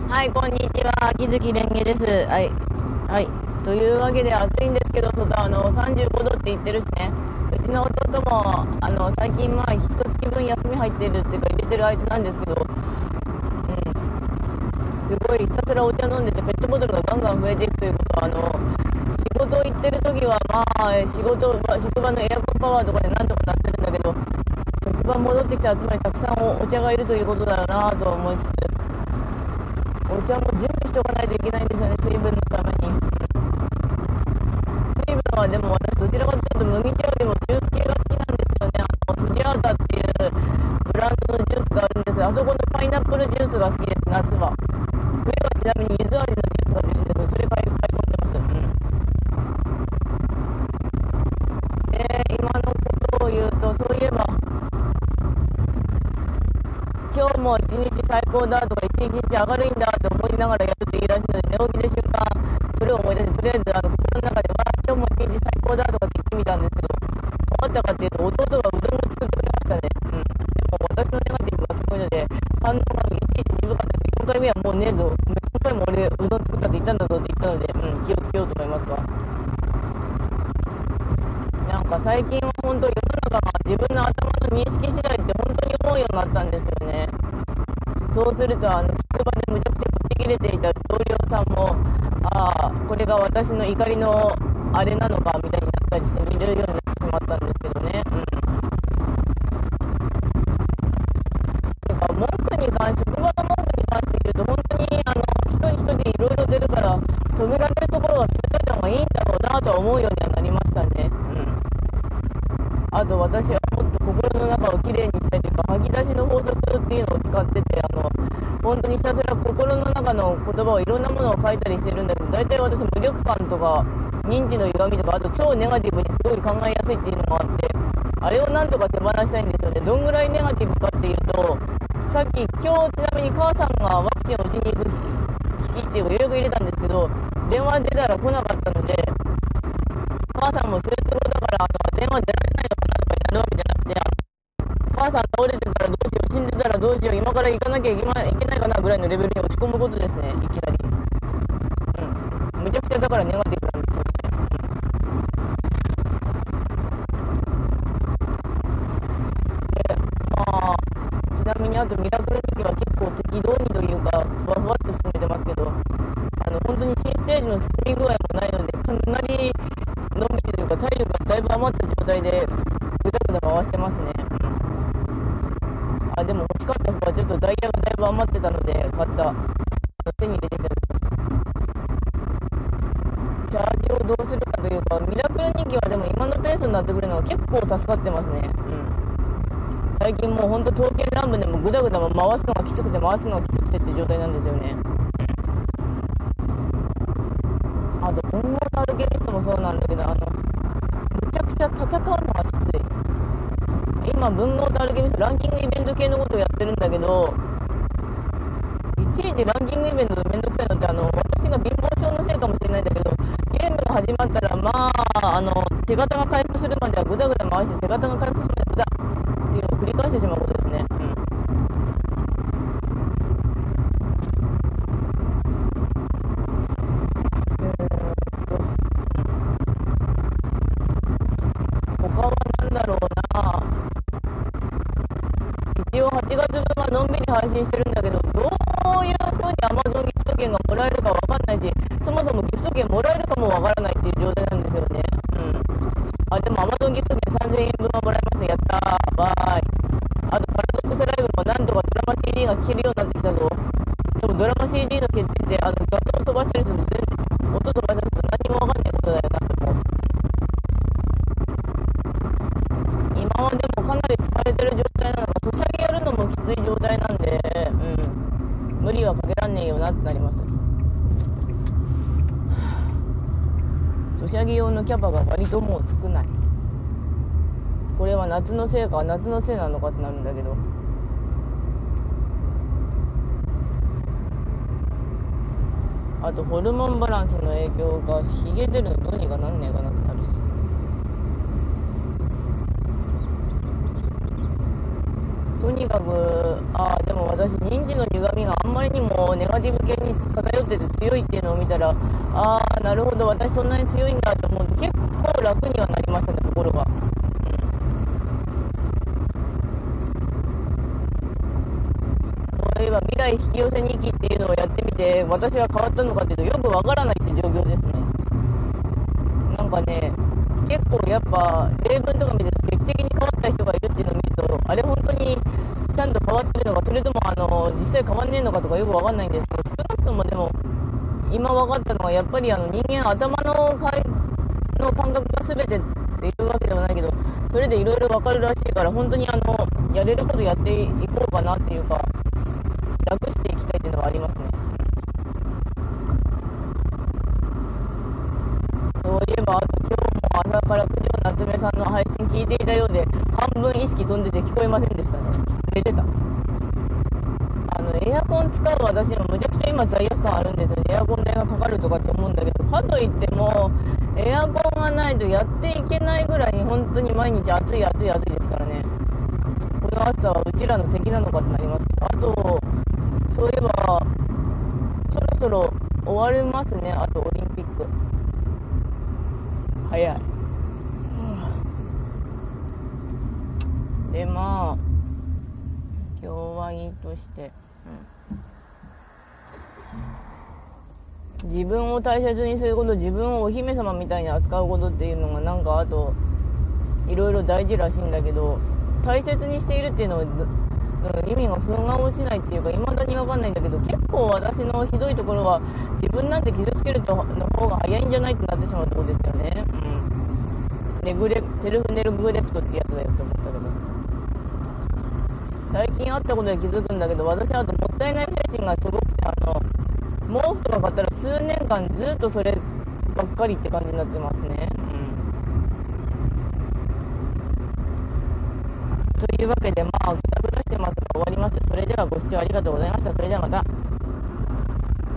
はい、こんにちは。木月蓮華です。はい。はい。というわけで暑いんですけど、外35度って言ってるしね。うちの弟も、最近一月分休み入ってるっていうか入れてるあいつなんですけど、すごいひたすらお茶飲んでてペットボトルがガンガン増えていくということは、仕事行ってる時は、職場のエアコンパワーとかでなんとかなってるんだけど、職場戻ってきたらつまりたくさんお茶がいるということだよなと思いつつ、お茶も準備しておかないといけないんですよね、水分のために。水分はでも私どちらかというと麦茶よりもジュース系が好きなんですよね。スジャータっていうブランドのジュースがあるんです。あそこのパイナップルジュースが好きです、夏は。冬はちなみに柚子味のジュースが出るんですけど、それ買い込んでます。今のことを言うと、そういえば、今日も一日最高だとか、一日明るいんだと思いながらやるといいらしいので、寝起きで瞬間、それを思い出して、とりあえず心の中では、今日も一日最高だとかって言ってみたんですけど、終わったかっていうと、弟がうどんを作ってくれましたね。でも私のネガティブがすごいので、反応がいちいち鈍かったので、4回目はもうねえぞ、3回も俺うどん作ったって言ったんだぞって言ったので、気をつけようと思いますわ。なんか最近は本当世の中が自分の頭の認識次第って本当に思うようになったんですよね。そうすると職場でむちゃくちゃブチ切れていた同僚さんも、これが私の怒りのあれなのかみたいになったりして見れるようになってしまったんですけどね。なんか職場の文句に関して言うと、本当に一人一人いろいろ出るから、止められるところは止めといた方がいいんだろうなとは思うようにはなりましたね。あと私はもっと心の中をきれいにしたいというか、吐き出しの法則っていうのを使ってて、本当にひたすら心の中の言葉をいろんなものを書いたりしてるんだけど、大体私無力感とか認知の歪みとか、あと超ネガティブにすごい考えやすいっていうのもあって、あれをなんとか手放したいんですよね。どんぐらいネガティブかっていうと、今日ちなみに母さんがワクチンを打ちに行く日っていうか予約入れたんですけど、電話出たら来なかったので、母さんも手術後だから電話出られないのかなとかになるわけじゃなくて、母さん倒れてたらどうしよう、死んでたらどうしよう、今から行かなきゃいけないかなぐらいのレベルに落ち込むことですね、いきなり。めちゃくちゃだからネガティブなんですよね。で、ちなみにあとミラクル日記は結構適当にというか、ふわふわって進めてますけど、本当に新ステージの進み具合もないので、かなりのんびりというか、体力がだいぶ余った状態で、ぐだぐだ回してますね。でも欲しかった方はちょっとダイヤがだいぶ余ってたので買った。手に入れてたチャージをどうするかというか、ミラクル人気はでも今のペースになってくるのは結構助かってますね。最近もうほんと刀剣乱舞でもグダグダ回すのがきつくて回すのがきつくてって状態なんですよね。あと文豪のアルケミストもそうなんだけど、むちゃくちゃ戦うのがきつい。今文豪とアルケミストランキングイベント系のことをやってるんだけど、いちいちランキングイベントでめんどくさいのって、私が貧乏症のせいかもしれないんだけど、ゲームが始まったら手形が回復するまではグダグダ回して、手形が回復するまでグダっていうのを繰り返してしまうことですね。他は何だろうな。一応8月分はのんびり配信してるんだけど、どういう風に Amazon ギフト券がもらえるかわかんないし、そもそもギフト券もらえるかもわからないっていう状態なんですよね。でも Amazon ギフト券3000円分はもらえます。やったー、バーイ。あとパラドックスライブもなんとかドラマ CD が聴けるようになってきたぞ。でもドラマ CD の決定って画像飛ばしたりすると全然、音飛ばしたりすると何もわかんないことだよなと思う。今はでもかなり疲れてる状態なのか、ソシャゲやるのもきつい状態なんで、無理はかけらんねえよなってなります。ソシャゲ用のキャパが割ともう少ない。これは夏のせいか、夏のせいなのかってなるんだけど、あとホルモンバランスの影響が、ヒゲ出るのどうにかなんねえかなってなるし。とにかくでも私認知の歪みがあんんまりにもネガティブ系に偏ってて強いっていうのを見たら、ああなるほど、私そんなに強いんだと思うと結構楽にはなりましたね、心が。そういえば未来引き寄せ日記っていうのをやってみて、私は変わったのかっていうとよくわからないって状況ですね。なんかね、結構やっぱ例文とか見てると劇的に変わった人がいるっていうのを見ると、あれ本当にちゃんと変わってるのか、それとも実際変わんねえのかとかよくわかんないんですけど、少なくともでも今分かったのはやっぱり人間頭の感覚が全てっていうわけではないけど、それでいろいろ分かるらしいから、本当にやれることやっていこうかなっていうか、楽していきたいっていうのはありますね。そういえば、あと今日も朝から九条夏目さんの配信聞いていたようで、半分意識飛んでて聞こえませんでしたね。寝てた。エアコン使う私もむちゃくちゃ今罪悪感あるんですよね。エアコン代がかかるとかって思うんだけど、かといってもエアコンがないとやっていけないぐらいに本当に毎日暑い暑い暑いですからね。この暑さはうちらの敵なのかってなります。あとそういえばそろそろ終わりますね。あとオリンピック早い。でまあ今日はいいとして、自分を大切にすること、自分をお姫様みたいに扱うことっていうのがなんかあといろいろ大事らしいんだけど、大切にしているっていうのは意味が腑が落ちないっていうか、未だに分かんないんだけど、結構私のひどいところは自分なんて傷つけるの方が早いんじゃないってなってしまうところですよね。セルフネグレクトってやつだよって思ったけど、最近あったことで気づくんだけど、私はあともったいない精神がすごくて、毛布とか買ったら数年間ずっとそればっかりって感じになってますね。というわけで、ぐだぐだしてますが終わります。それではご視聴ありがとうございました。それではまた。